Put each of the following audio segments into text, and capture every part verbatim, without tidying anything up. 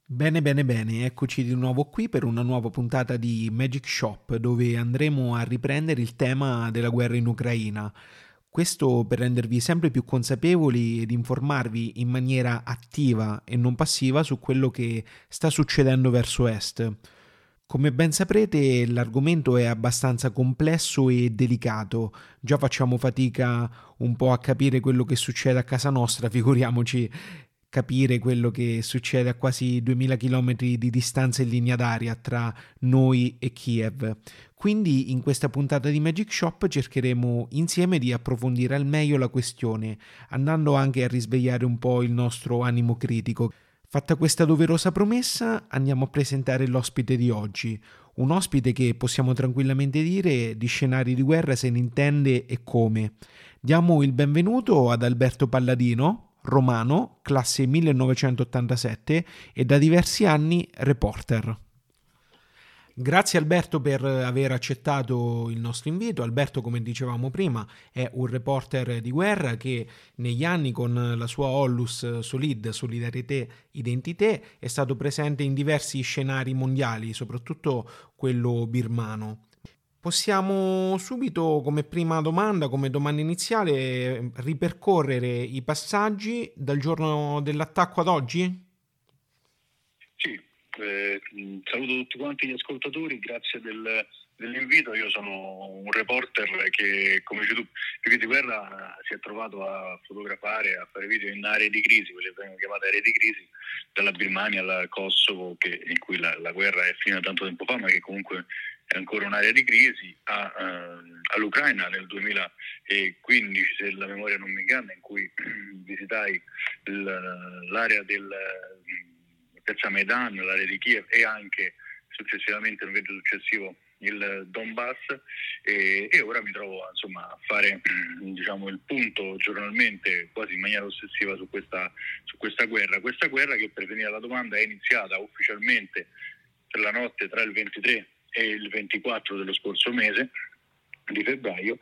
Bene, bene, bene, eccoci di nuovo qui per una nuova puntata di Magic Shop dove andremo a riprendere il tema della guerra in Ucraina. Questo per rendervi sempre più consapevoli ed informarvi in maniera attiva e non passiva su quello che sta succedendo verso est. Come ben saprete, l'argomento è abbastanza complesso e delicato. Già facciamo fatica un po' a capire quello che succede a casa nostra, figuriamoci capire quello che succede a quasi duemila chilometri di distanza in linea d'aria tra noi e Kiev. Quindi in questa puntata di Magic Shop cercheremo insieme di approfondire al meglio la questione, andando anche a risvegliare un po' il nostro animo critico. Fatta questa doverosa promessa, andiamo a presentare l'ospite di oggi, un ospite che possiamo tranquillamente dire di scenari di guerra se ne intende e come. Diamo il benvenuto ad Alberto Palladino, romano, classe millenovecentottantasette e da diversi anni reporter. Grazie Alberto per aver accettato il nostro invito. Alberto, come dicevamo prima, è un reporter di guerra che negli anni con la sua Onlus Solid, Solidarité Identité, è stato presente in diversi scenari mondiali, soprattutto quello birmano. Possiamo subito, come prima domanda, come domanda iniziale, ripercorrere i passaggi dal giorno dell'attacco ad oggi? Sì, eh, saluto tutti quanti gli ascoltatori, grazie del, dell'invito. Io sono un reporter che, come dici tu, più che di guerra si è trovato a fotografare, a fare video in aree di crisi, quelle che vengono chiamate aree di crisi, dalla Birmania al Kosovo, che, in cui la, la guerra è finita tanto tempo fa, ma che comunque è ancora un'area di crisi, a, uh, all'Ucraina nel duemilaquindici, se la memoria non mi inganna, in cui visitai il, l'area del Piazza Maidan, l'area di Kiev e anche successivamente un viaggio successivo il Donbass e, e ora mi trovo insomma a fare diciamo il punto giornalmente quasi in maniera ossessiva su questa, su questa guerra questa guerra che, per venire alla domanda, è iniziata ufficialmente per la notte tra il ventitré e il ventiquattro dello scorso mese di febbraio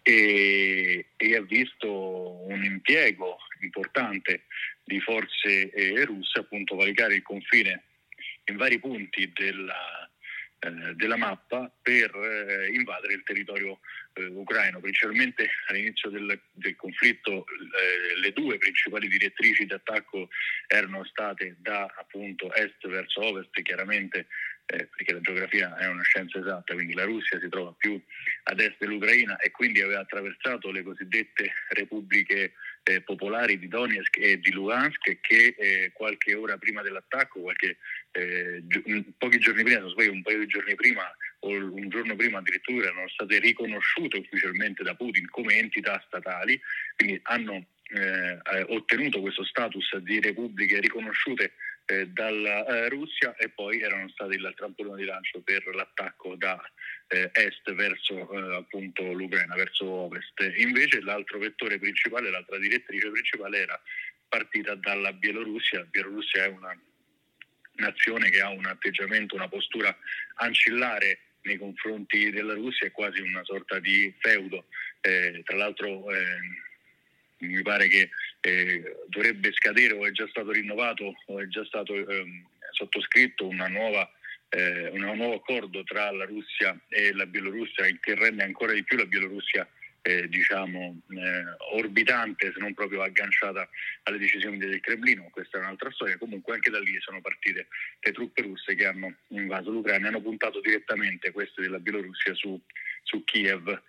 e, e ha visto un impiego importante di forze eh, russe, appunto, valicare il confine in vari punti della, eh, della mappa per eh, invadere il territorio eh, ucraino. Principalmente all'inizio del, del conflitto eh, le due principali direttrici di attacco erano state da appunto est verso ovest, chiaramente eh, perché la geografia è una scienza esatta, quindi la Russia si trova più ad est dell'Ucraina e quindi aveva attraversato le cosiddette repubbliche eh, popolari di Donetsk e di Luhansk che eh, qualche ora prima dell'attacco, qualche, eh, gi- pochi giorni prima, non sbaglio, un paio di giorni prima o un giorno prima addirittura, erano state riconosciute ufficialmente da Putin come entità statali, quindi hanno eh, ottenuto questo status di repubbliche riconosciute eh, dalla eh, Russia e poi erano stati il trampolino di lancio per l'attacco da eh, est verso eh, appunto l'Ucraina, verso ovest. Invece l'altro vettore principale, l'altra direttrice principale era partita dalla Bielorussia. La Bielorussia è una nazione che ha un atteggiamento, una postura ancillare nei confronti della Russia, è quasi una sorta di feudo. Eh, tra l'altro eh, mi pare che eh, dovrebbe scadere o è già stato rinnovato o è già stato ehm, sottoscritto una nuova, eh, un nuovo accordo tra la Russia e la Bielorussia che rende ancora di più la Bielorussia eh, diciamo eh, orbitante, se non proprio agganciata alle decisioni del Cremlino. Questa è un'altra storia. Comunque anche da lì sono partite le truppe russe che hanno invaso l'Ucraina, hanno puntato direttamente, queste della Bielorussia, su, su Kiev.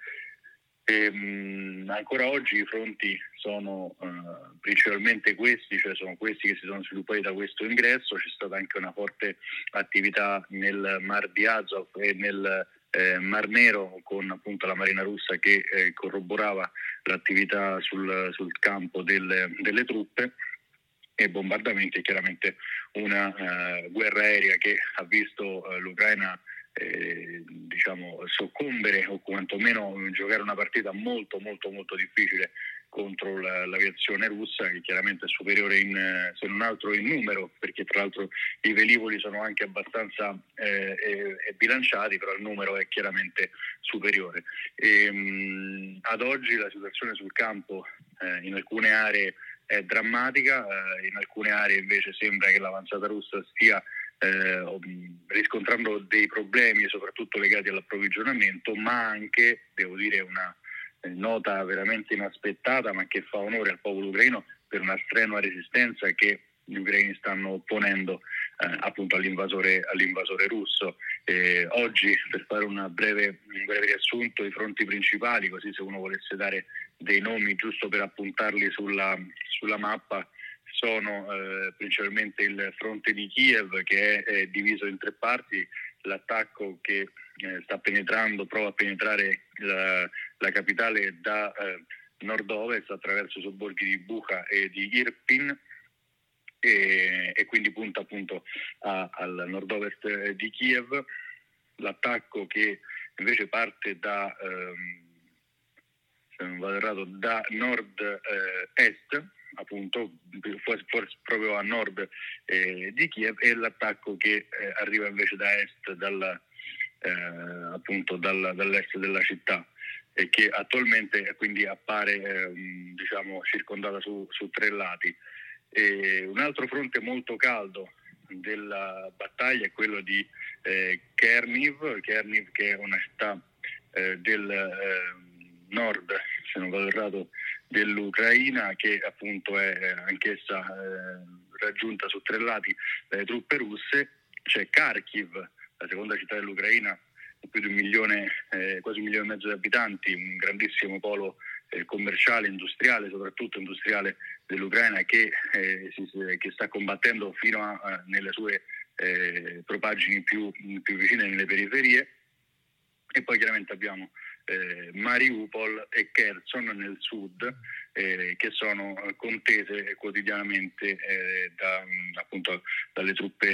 E, mh, ancora oggi i fronti sono uh, principalmente questi, cioè sono questi che si sono sviluppati da questo ingresso. C'è stata anche una forte attività nel Mar di Azov e nel eh, Mar Nero, con appunto la Marina russa che eh, corroborava l'attività sul, sul campo delle, delle truppe, e bombardamenti, e chiaramente una uh, guerra aerea che ha visto uh, l'Ucraina Eh, diciamo soccombere o quantomeno giocare una partita molto molto molto difficile contro la, l'aviazione russa, che chiaramente è superiore in, se non altro in numero, perché tra l'altro i velivoli sono anche abbastanza eh, eh, bilanciati, però il numero è chiaramente superiore. E, mh, ad oggi la situazione sul campo eh, in alcune aree è drammatica, eh, in alcune aree invece sembra che l'avanzata russa stia eh, riscontrando dei problemi soprattutto legati all'approvvigionamento, ma anche, devo dire, una eh, nota veramente inaspettata ma che fa onore al popolo ucraino per una strenua resistenza che gli ucraini stanno opponendo eh, appunto all'invasore, all'invasore russo. Eh, oggi, per fare una breve, un breve riassunto, i fronti principali, così se uno volesse dare dei nomi giusto per appuntarli sulla, sulla mappa, sono eh, principalmente il fronte di Kiev, che è, è diviso in tre parti, l'attacco che eh, sta penetrando, prova a penetrare la, la capitale da eh, nord-ovest attraverso i sobborghi di Bucha e di Irpin, e, e quindi punta appunto a, al nord-ovest di Kiev. L'attacco che invece parte da, ehm, se non vado errato, da nord-est, appunto forse, forse proprio a nord eh, di Kiev, e l'attacco che eh, arriva invece da est, dalla, eh, appunto dalla, dall'est della città, e che attualmente quindi appare eh, diciamo circondata su, su tre lati. E un altro fronte molto caldo della battaglia è quello di eh, Cherniv, Cherniv che è una città eh, del eh, nord, se non vado errato, dell'Ucraina, che appunto è anch'essa eh, raggiunta su tre lati dalle truppe russe. C'è Kharkiv, la seconda città dell'Ucraina, con più di un milione, eh, quasi un milione e mezzo di abitanti, un grandissimo polo eh, commerciale, industriale, soprattutto industriale dell'Ucraina, che, eh, si, che sta combattendo fino a, a nelle sue eh, propaggini più, più vicine, nelle periferie. E poi chiaramente abbiamo eh, Mariupol e Kherson nel sud, eh, che sono contese quotidianamente eh, da, appunto, dalle truppe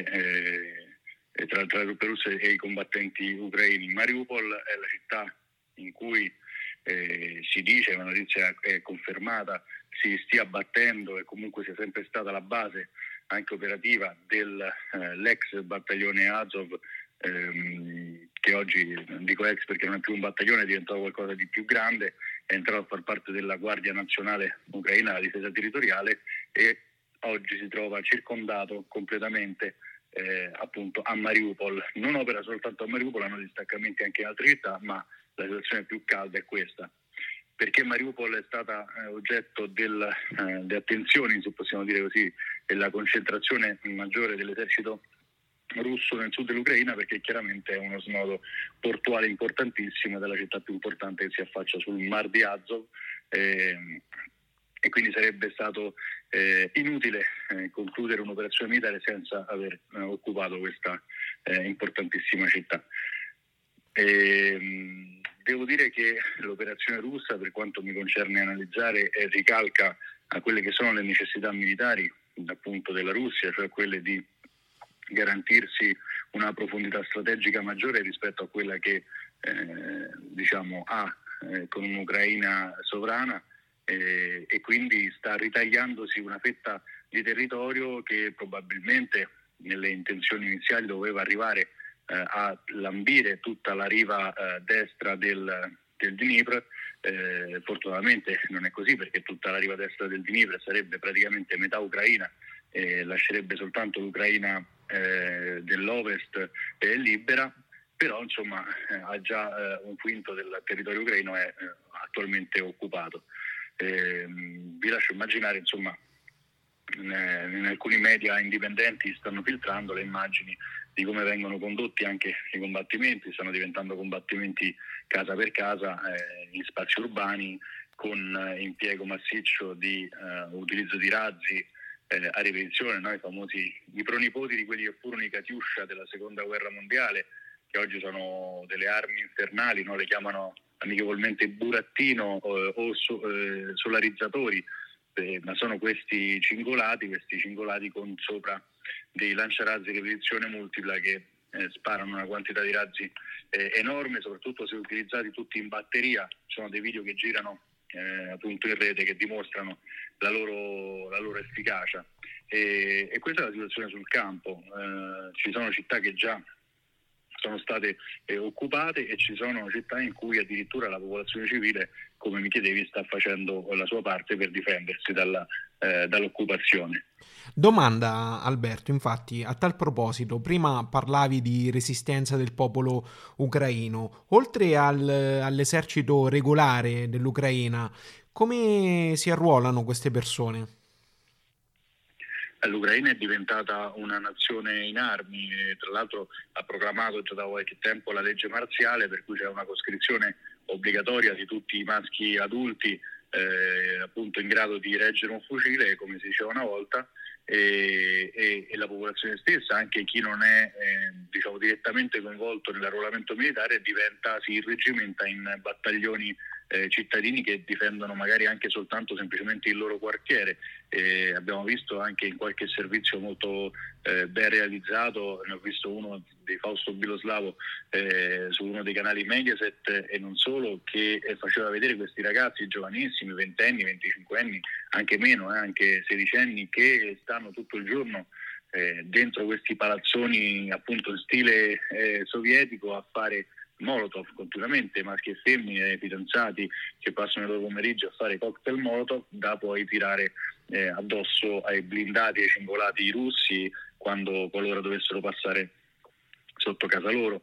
eh, tra, tra le truppe russe e i combattenti ucraini. Mariupol è la città in cui eh, si dice, la notizia è confermata, si stia battendo e comunque sia sempre stata la base anche operativa dell'ex eh, battaglione Azov, ehm, che oggi, dico ex perché non è più un battaglione, è diventato qualcosa di più grande, è entrato a far parte della Guardia Nazionale Ucraina, la difesa territoriale, e oggi si trova circondato completamente eh, appunto a Mariupol. Non opera soltanto a Mariupol, hanno distaccamenti anche in altre città, ma la situazione più calda è questa. Perché Mariupol è stata eh, oggetto del, eh, di attenzioni, se possiamo dire così, della concentrazione maggiore dell'esercito russo nel sud dell'Ucraina, perché chiaramente è uno snodo portuale importantissimo della città più importante che si affaccia sul Mar di Azov, eh, e quindi sarebbe stato eh, inutile eh, concludere un'operazione militare senza aver eh, occupato questa eh, importantissima città. E, devo dire che l'operazione russa, per quanto mi concerne analizzare, eh, ricalca a quelle che sono le necessità militari appunto della Russia, cioè quelle di garantirsi una profondità strategica maggiore rispetto a quella che eh, diciamo ha eh, con un'Ucraina sovrana, eh, e quindi sta ritagliandosi una fetta di territorio che probabilmente nelle intenzioni iniziali doveva arrivare eh, a lambire tutta la riva eh, destra del, del Dnipro. Eh, fortunatamente non è così, perché tutta la riva destra del Dnipro sarebbe praticamente metà Ucraina, eh, lascerebbe soltanto l'Ucraina eh, dell'ovest eh, libera, però insomma eh, ha già eh, un quinto del territorio ucraino è eh, attualmente occupato. Eh, vi lascio immaginare, insomma, in, in alcuni media indipendenti stanno filtrando le immagini di come vengono condotti anche i combattimenti. Stanno diventando combattimenti casa per casa, eh, in spazi urbani, con eh, impiego massiccio di eh, utilizzo di razzi eh, a ripetizione, no? I famosi i pronipoti di quelli che furono i Katyusha della seconda guerra mondiale, che oggi sono delle armi infernali, no? Le chiamano amichevolmente burattino eh, o so, eh, solarizzatori, eh, ma sono questi cingolati, questi cingolati con sopra dei lanciarazzi di ripetizione multipla che eh, sparano una quantità di razzi eh, enorme, soprattutto se utilizzati tutti in batteria. Ci sono dei video che girano eh, appunto in rete che dimostrano la loro, la loro efficacia, e, e questa è la situazione sul campo. Eh, ci sono città che già sono state eh, occupate, e ci sono città in cui addirittura la popolazione civile, come mi chiedevi, sta facendo la sua parte per difendersi dalla, eh, dall'occupazione. Domanda Alberto, infatti, a tal proposito, prima parlavi di resistenza del popolo ucraino. Oltre al- all'esercito regolare dell'Ucraina, come si arruolano queste persone? L'Ucraina è diventata una nazione in armi, e tra l'altro ha proclamato già da qualche tempo la legge marziale, per cui c'è una coscrizione obbligatoria di tutti i maschi adulti eh, appunto in grado di reggere un fucile, come si diceva una volta, e, e, e la popolazione stessa, anche chi non è eh, diciamo direttamente coinvolto nell'arruolamento militare, diventa, si irreggimenta in battaglioni eh, cittadini che difendono magari anche soltanto semplicemente il loro quartiere. Eh, abbiamo visto anche in qualche servizio molto eh, ben realizzato, ne ho visto uno di Fausto Biloslavo eh, su uno dei canali Mediaset e non solo, che eh, faceva vedere questi ragazzi giovanissimi, ventenni, venticinquenni, anche meno, eh, anche sedicenni, che stanno tutto il giorno eh, dentro questi palazzoni appunto in stile eh, sovietico a fare Molotov continuamente, maschi e femmine, fidanzati che passano il loro pomeriggio a fare cocktail Molotov da poi tirare eh, addosso ai blindati e ai cimbolati russi quando qualora dovessero passare sotto casa loro.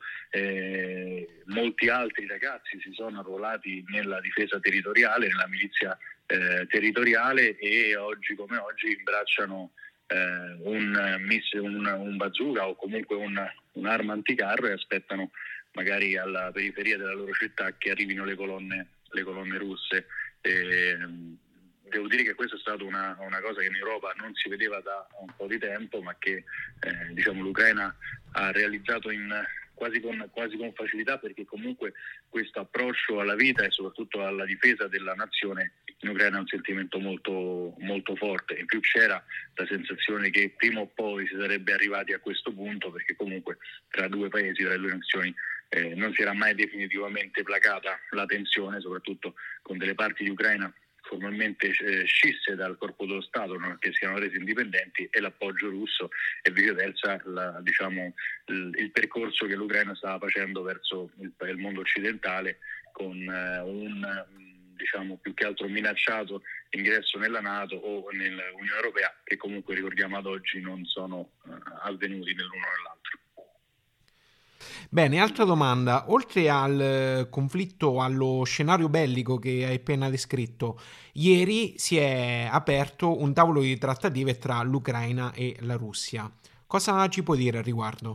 Eh, molti altri ragazzi si sono arruolati nella difesa territoriale, nella milizia eh, territoriale, e oggi come oggi imbracciano eh, un, un, un bazooka o comunque un, un'arma anticarro e aspettano magari alla periferia della loro città che arrivino le colonne, le colonne russe. Eh, devo dire che questa è stata una, una cosa che in Europa non si vedeva da un po' di tempo, ma che eh, diciamo l'Ucraina ha realizzato in, quasi, con, quasi con facilità, perché comunque questo approccio alla vita e soprattutto alla difesa della nazione in Ucraina è un sentimento molto, molto forte. In più c'era la sensazione che prima o poi si sarebbe arrivati a questo punto, perché comunque tra due paesi, tra le due nazioni, eh, non si era mai definitivamente placata la tensione, soprattutto con delle parti di Ucraina formalmente eh, scisse dal corpo dello Stato, no? Che si erano resi indipendenti, e l'appoggio russo, e viceversa la, diciamo, il, il percorso che l'Ucraina stava facendo verso il, il mondo occidentale, con eh, un diciamo più che altro minacciato ingresso nella NATO o nell'Unione Europea, che comunque ricordiamo ad oggi non sono eh, avvenuti nell'uno o nell'altro. Bene, altra domanda. Oltre al eh, conflitto, allo scenario bellico che hai appena descritto, ieri si è aperto un tavolo di trattative tra l'Ucraina e la Russia. Cosa ci puoi dire al riguardo?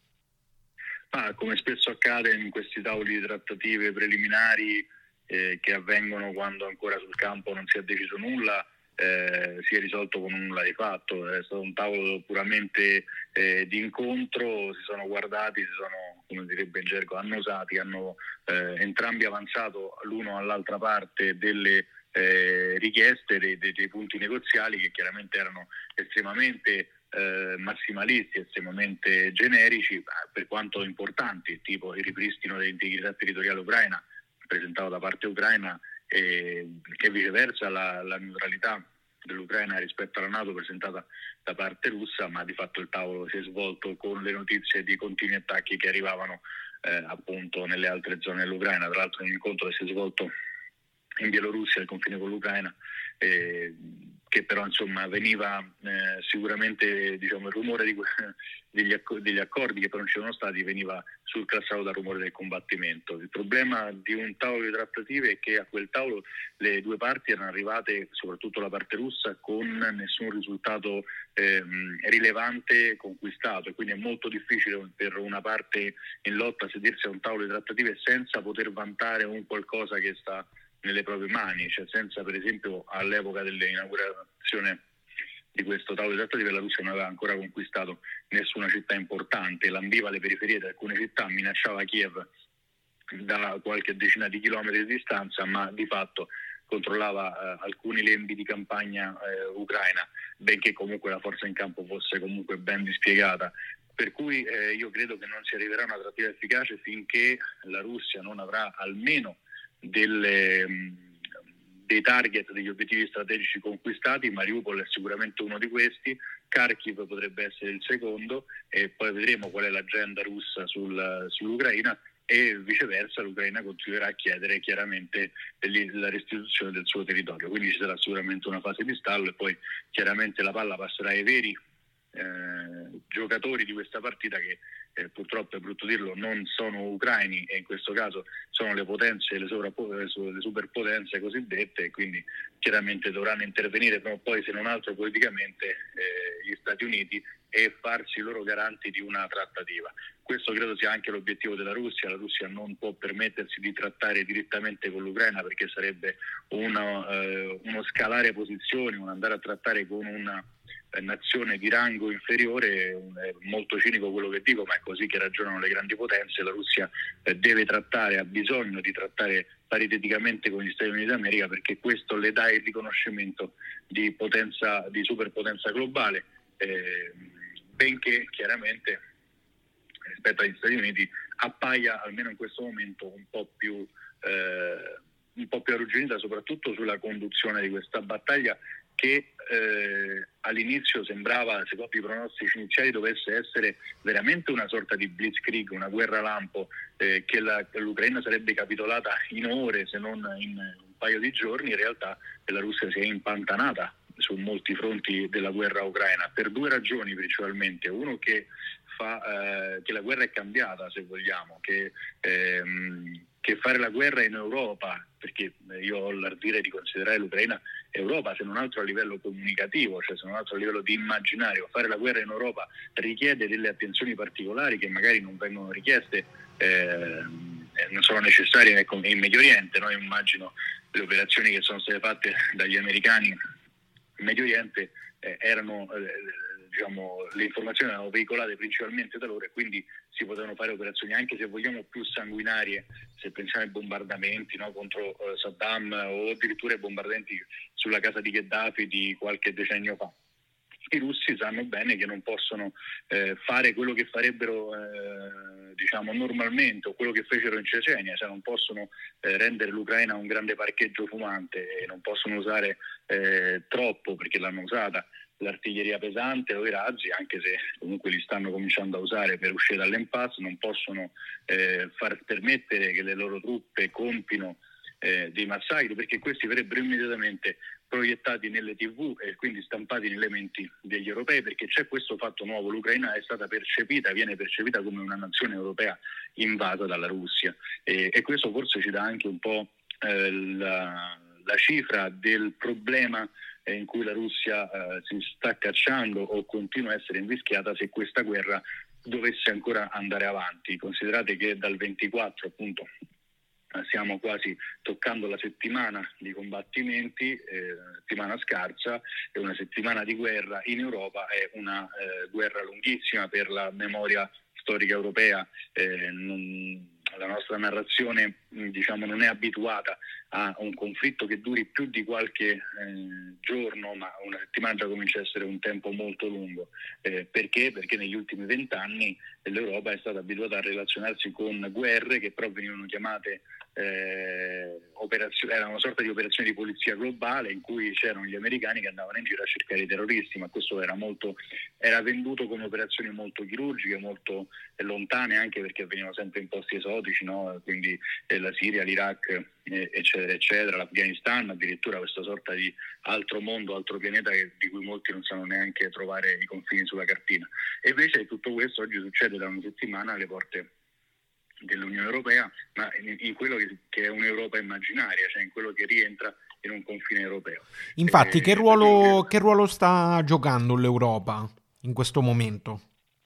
Ah, come spesso accade in questi tavoli di trattative preliminari eh, che avvengono quando ancora sul campo non si è deciso nulla, eh, si è risolto con un nulla di fatto. È stato un tavolo puramente eh, di incontro, si sono guardati, si sono, come direbbe in gergo, annusati, hanno eh, entrambi avanzato l'uno all'altra parte delle eh, richieste, dei, dei, dei punti negoziali, che chiaramente erano estremamente Eh, massimalisti, estremamente generici, per quanto importanti, tipo il ripristino dell'integrità territoriale ucraina presentato da parte ucraina, e, e viceversa la, la neutralità dell'Ucraina rispetto alla NATO presentata da parte russa, ma di fatto il tavolo si è svolto con le notizie di continui attacchi che arrivavano eh, appunto nelle altre zone dell'Ucraina. Tra l'altro un incontro che si è svolto in Bielorussia al confine con l'Ucraina, eh, che però insomma veniva eh, sicuramente, diciamo, il rumore di, degli, acc- degli accordi che però non c'erano stati veniva surclassato dal rumore del combattimento. Il problema di un tavolo di trattative è che a quel tavolo le due parti erano arrivate, soprattutto la parte russa, con nessun risultato eh, rilevante conquistato, e quindi è molto difficile per una parte in lotta sedersi a un tavolo di trattative senza poter vantare un qualcosa che sta nelle proprie mani, cioè senza, per esempio, all'epoca dell'inaugurazione di questo tavolo di trattative la Russia non aveva ancora conquistato nessuna città importante, lambiva le periferie di alcune città, minacciava Kiev da qualche decina di chilometri di distanza, ma di fatto controllava eh, alcuni lembi di campagna eh, ucraina, benché comunque la forza in campo fosse comunque ben dispiegata. Per cui eh, io credo che non si arriverà a una trattativa efficace finché la Russia non avrà almeno delle, dei target, degli obiettivi strategici conquistati. Mariupol è sicuramente uno di questi, Kharkiv potrebbe essere il secondo, e poi vedremo qual è l'agenda russa sul, sull'Ucraina, e viceversa l'Ucraina continuerà a chiedere chiaramente la restituzione del suo territorio. Quindi ci sarà sicuramente una fase di stallo, e poi chiaramente la palla passerà ai veri eh, giocatori di questa partita, che eh, purtroppo, è brutto dirlo, non sono ucraini, e in questo caso sono le potenze, le, sovrappo- le superpotenze cosiddette, e quindi chiaramente dovranno intervenire prima o poi, se non altro politicamente, eh, gli Stati Uniti, e farsi loro garanti di una trattativa. Questo credo sia anche l'obiettivo della Russia. La Russia non può permettersi di trattare direttamente con l'Ucraina, perché sarebbe uno, eh, uno scalare posizioni, un andare a trattare con una eh, nazione di rango inferiore. È molto cinico quello che dico, ma è così che ragionano le grandi potenze. La Russia eh, deve trattare, ha bisogno di trattare pariteticamente con gli Stati Uniti d'America, perché questo le dà il riconoscimento di potenza, di superpotenza globale, eh, benché chiaramente rispetto agli Stati Uniti appaia, almeno in questo momento, un po' più eh, un po' più arrugginita, soprattutto sulla conduzione di questa battaglia, che eh, all'inizio sembrava, secondo i pronostici iniziali, dovesse essere veramente una sorta di blitzkrieg, una guerra lampo, eh, che la, l'Ucraina sarebbe capitolata in ore, se non in un paio di giorni. In realtà la Russia si è impantanata su molti fronti della guerra ucraina, per due ragioni principalmente. Uno, che fa eh, che la guerra è cambiata, se vogliamo, che, ehm, che fare la guerra in Europa, perché io ho l'ardire di considerare l'Ucraina Europa, se non altro a livello comunicativo, cioè se non altro a livello di immaginario, fare la guerra in Europa richiede delle attenzioni particolari che magari non vengono richieste, eh, non sono necessarie, ecco, in Medio Oriente. No? Io immagino le operazioni che sono state fatte dagli americani in Medio Oriente, eh, erano eh, diciamo, le informazioni erano veicolate principalmente da loro, e quindi si potevano fare operazioni, anche se vogliamo, più sanguinarie, se pensiamo ai bombardamenti, no, contro eh, Saddam, o addirittura ai bombardamenti sulla casa di Gheddafi di qualche decennio fa. I russi sanno bene che non possono eh, fare quello che farebbero eh, diciamo normalmente, o quello che fecero in Cecenia, cioè non possono eh, rendere l'Ucraina un grande parcheggio fumante, e non possono usare eh, troppo, perché l'hanno usata, l'artiglieria pesante o i razzi, anche se comunque li stanno cominciando a usare per uscire dall'impasse. Non possono eh, far permettere che le loro truppe compino eh, dei massacri, perché questi verrebbero immediatamente proiettati nelle tivù e quindi stampati nelle menti degli europei, perché c'è questo fatto nuovo: l'Ucraina è stata percepita, viene percepita come una nazione europea invasa dalla Russia, e, e questo forse ci dà anche un po' eh, la, la cifra del problema in cui la Russia eh, si sta cacciando, o continua a essere invischiata, se questa guerra dovesse ancora andare avanti. Considerate che dal ventiquattro, appunto, stiamo quasi toccando la settimana di combattimenti, eh, settimana scarsa, e una settimana di guerra in Europa è una eh, guerra lunghissima per la memoria storica europea. Eh, non, la nostra narrazione, diciamo, non è abituata a un conflitto che duri più di qualche eh, giorno, ma una settimana già comincia a essere un tempo molto lungo. Eh, perché? Perché negli ultimi vent'anni l'Europa è stata abituata a relazionarsi con guerre che però venivano chiamate eh, operazioni, era una sorta di operazione di polizia globale, in cui c'erano gli americani che andavano in giro a cercare i terroristi, ma questo era molto era venduto come operazioni molto chirurgiche, molto eh, lontane, anche perché venivano sempre in posti esotici, no? Quindi eh, la Siria, l'Iraq, eh, eccetera eccetera, l'Afghanistan, addirittura questa sorta di altro mondo, altro pianeta che, di cui molti non sanno neanche trovare i confini sulla cartina. E invece tutto questo oggi succede da una settimana alle porte dell'Unione Europea, ma in, in quello che, che è un'Europa immaginaria, cioè in quello che rientra in un confine europeo. Infatti, e, che ruolo, che ruolo sta giocando l'Europa in questo momento?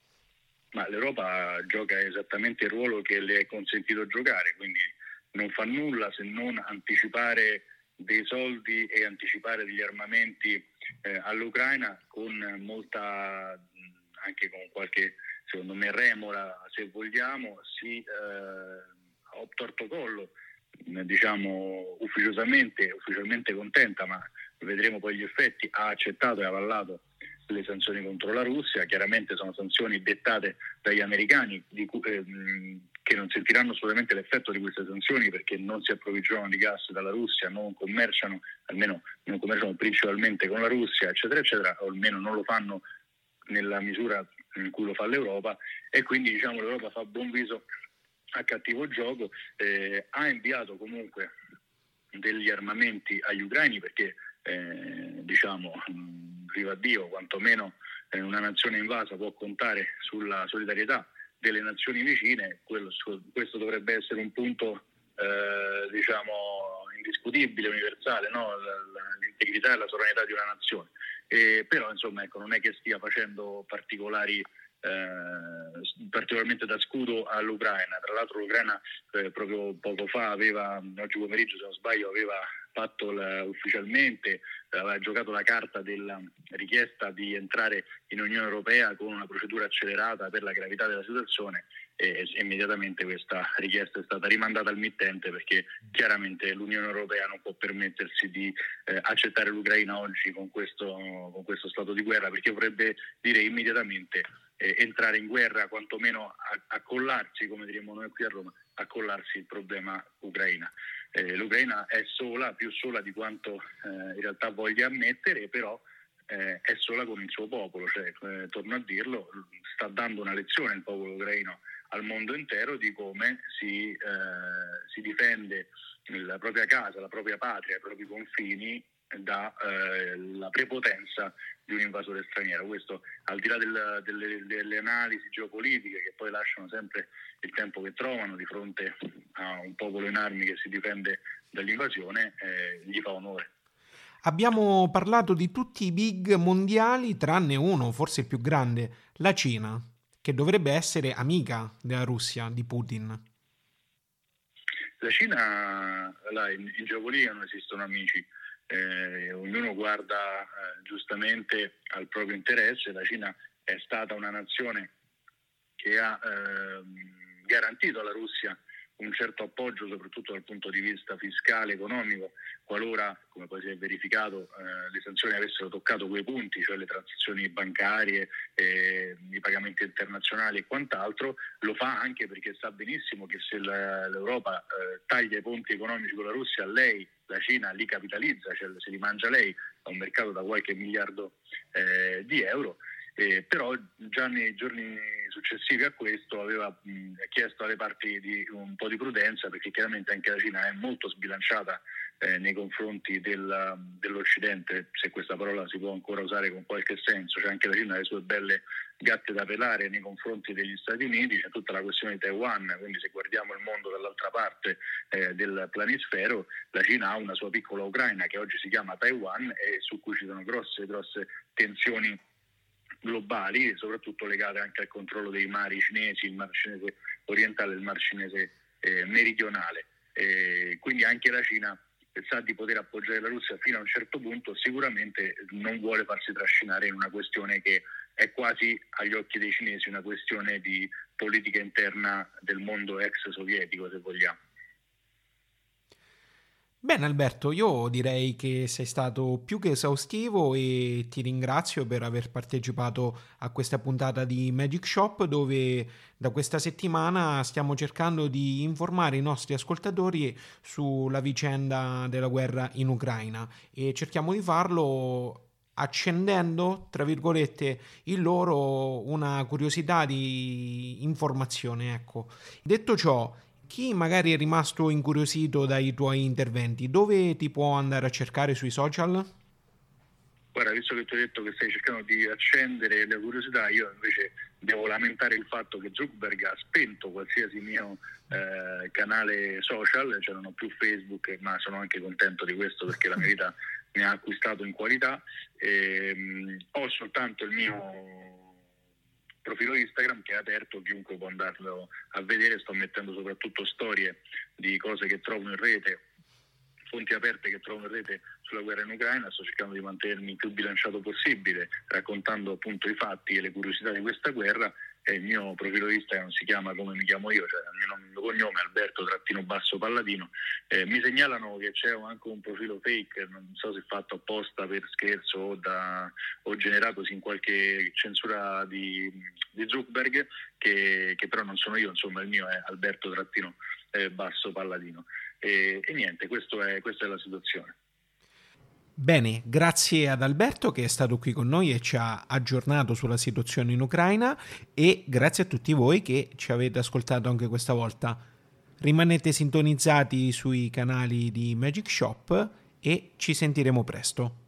Ma l'Europa gioca esattamente il ruolo che le è consentito giocare, quindi non fa nulla se non anticipare dei soldi e anticipare degli armamenti eh, all'Ucraina, con molta, anche con qualche, secondo me, remora, se vogliamo, si eh, obtorto collo, diciamo ufficiosamente, ufficialmente contenta, ma vedremo poi gli effetti, ha accettato e avallato le sanzioni contro la Russia. Chiaramente sono sanzioni dettate dagli americani, di cui, eh, che non sentiranno assolutamente l'effetto di queste sanzioni, perché non si approvvigionano di gas dalla Russia, non commerciano, almeno non commerciano principalmente con la Russia, eccetera eccetera, o almeno non lo fanno nella misura in cui lo fa l'Europa, e quindi diciamo l'Europa fa buon viso a cattivo gioco. Eh, ha inviato comunque degli armamenti agli ucraini perché eh, diciamo viva Dio, quantomeno eh, una nazione invasa può contare sulla solidarietà delle nazioni vicine. Quello, questo dovrebbe essere un punto eh, diciamo indiscutibile, universale, no? L'integrità e la sovranità di una nazione. Eh, però insomma ecco, non è che stia facendo particolari Eh, particolarmente da scudo all'Ucraina. Tra l'altro l'Ucraina eh, proprio poco fa aveva, oggi pomeriggio se non sbaglio, aveva fatto la, ufficialmente, aveva giocato la carta della richiesta di entrare in Unione Europea con una procedura accelerata per la gravità della situazione, e, e immediatamente questa richiesta è stata rimandata al mittente, perché chiaramente l'Unione Europea non può permettersi di eh, accettare l'Ucraina oggi con questo, con questo stato di guerra, perché vorrebbe dire immediatamente Eh, entrare in guerra, quantomeno accollarsi, come diremmo noi qui a Roma, accollarsi il problema Ucraina. Eh, L'Ucraina è sola, più sola di quanto eh, in realtà voglia ammettere, però eh, è sola con il suo popolo, cioè, eh, torno a dirlo, sta dando una lezione il popolo ucraino al mondo intero di come si, eh, si difende la propria casa, la propria patria, i propri confini dalla eh, prepotenza di un invasore straniero. Questo, al di là del, delle, delle analisi geopolitiche che poi lasciano sempre il tempo che trovano di fronte a un popolo in armi che si difende dall'invasione, eh, gli fa onore. Abbiamo parlato di tutti i big mondiali tranne uno, forse il più grande, la Cina, che dovrebbe essere amica della Russia, di Putin. La Cina, là, in, in geopolitica non esistono amici. Eh, ognuno guarda eh, giustamente al proprio interesse. La Cina è stata una nazione che ha eh, garantito alla Russia un certo appoggio, soprattutto dal punto di vista fiscale, economico, qualora, come poi si è verificato, eh, le sanzioni avessero toccato quei punti, cioè le transazioni bancarie, eh, i pagamenti internazionali e quant'altro. Lo fa anche perché sa benissimo che se la, l'Europa eh, taglia i ponti economici con la Russia, lei, la Cina, li capitalizza, cioè se li mangia lei, a un mercato da qualche miliardo eh, di euro. Eh, però già nei giorni successivi a questo aveva mh, chiesto alle parti di un po' di prudenza, perché chiaramente anche la Cina è molto sbilanciata eh, nei confronti del, dell'Occidente, se questa parola si può ancora usare con qualche senso. Cioè anche la Cina ha le sue belle gatte da pelare nei confronti degli Stati Uniti, c'è tutta la questione di Taiwan, quindi se guardiamo il mondo dall'altra parte eh, del planisfero, la Cina ha una sua piccola Ucraina che oggi si chiama Taiwan e su cui ci sono grosse grosse tensioni globali, soprattutto legate anche al controllo dei mari cinesi, il mar cinese orientale e il mar cinese eh, meridionale. Eh, quindi anche la Cina sa di poter appoggiare la Russia fino a un certo punto, sicuramente non vuole farsi trascinare in una questione che è quasi agli occhi dei cinesi una questione di politica interna del mondo ex sovietico, se vogliamo. Bene Alberto, io direi che sei stato più che esaustivo e ti ringrazio per aver partecipato a questa puntata di Magic Shop, dove da questa settimana stiamo cercando di informare i nostri ascoltatori sulla vicenda della guerra in Ucraina e cerchiamo di farlo accendendo, tra virgolette, in loro una curiosità di informazione, ecco. Detto ciò, chi magari è rimasto incuriosito dai tuoi interventi, dove ti può andare a cercare sui social? Guarda, visto che ti ho detto che stai cercando di accendere le curiosità, io invece devo lamentare il fatto che Zuckerberg ha spento qualsiasi mio eh, canale social, cioè non ho più Facebook, ma sono anche contento di questo perché la mia vita mi ha acquistato in qualità. E, mh, ho soltanto il mio profilo Instagram che è aperto, chiunque può andarlo a vedere. Sto mettendo soprattutto storie di cose che trovo in rete, fonti aperte che trovo in rete sulla guerra in Ucraina. Sto cercando di mantenermi il più bilanciato possibile, raccontando appunto i fatti e le curiosità di questa guerra. E il mio profilo Instagram si chiama come mi chiamo io, cioè il mio nome e il mio cognome, Alberto trattino basso Palladino. Eh, mi segnalano che c'è anche un profilo fake, non so se fatto apposta per scherzo o, da, o generatosi in qualche censura di, di Zuckerberg, che, che però non sono io, insomma il mio è Alberto trattino eh, basso Palladino. E, e niente, questo è, questa è la situazione. Bene, grazie ad Alberto che è stato qui con noi e ci ha aggiornato sulla situazione in Ucraina, e grazie a tutti voi che ci avete ascoltato anche questa volta. Rimanete sintonizzati sui canali di Magic Shop e ci sentiremo presto.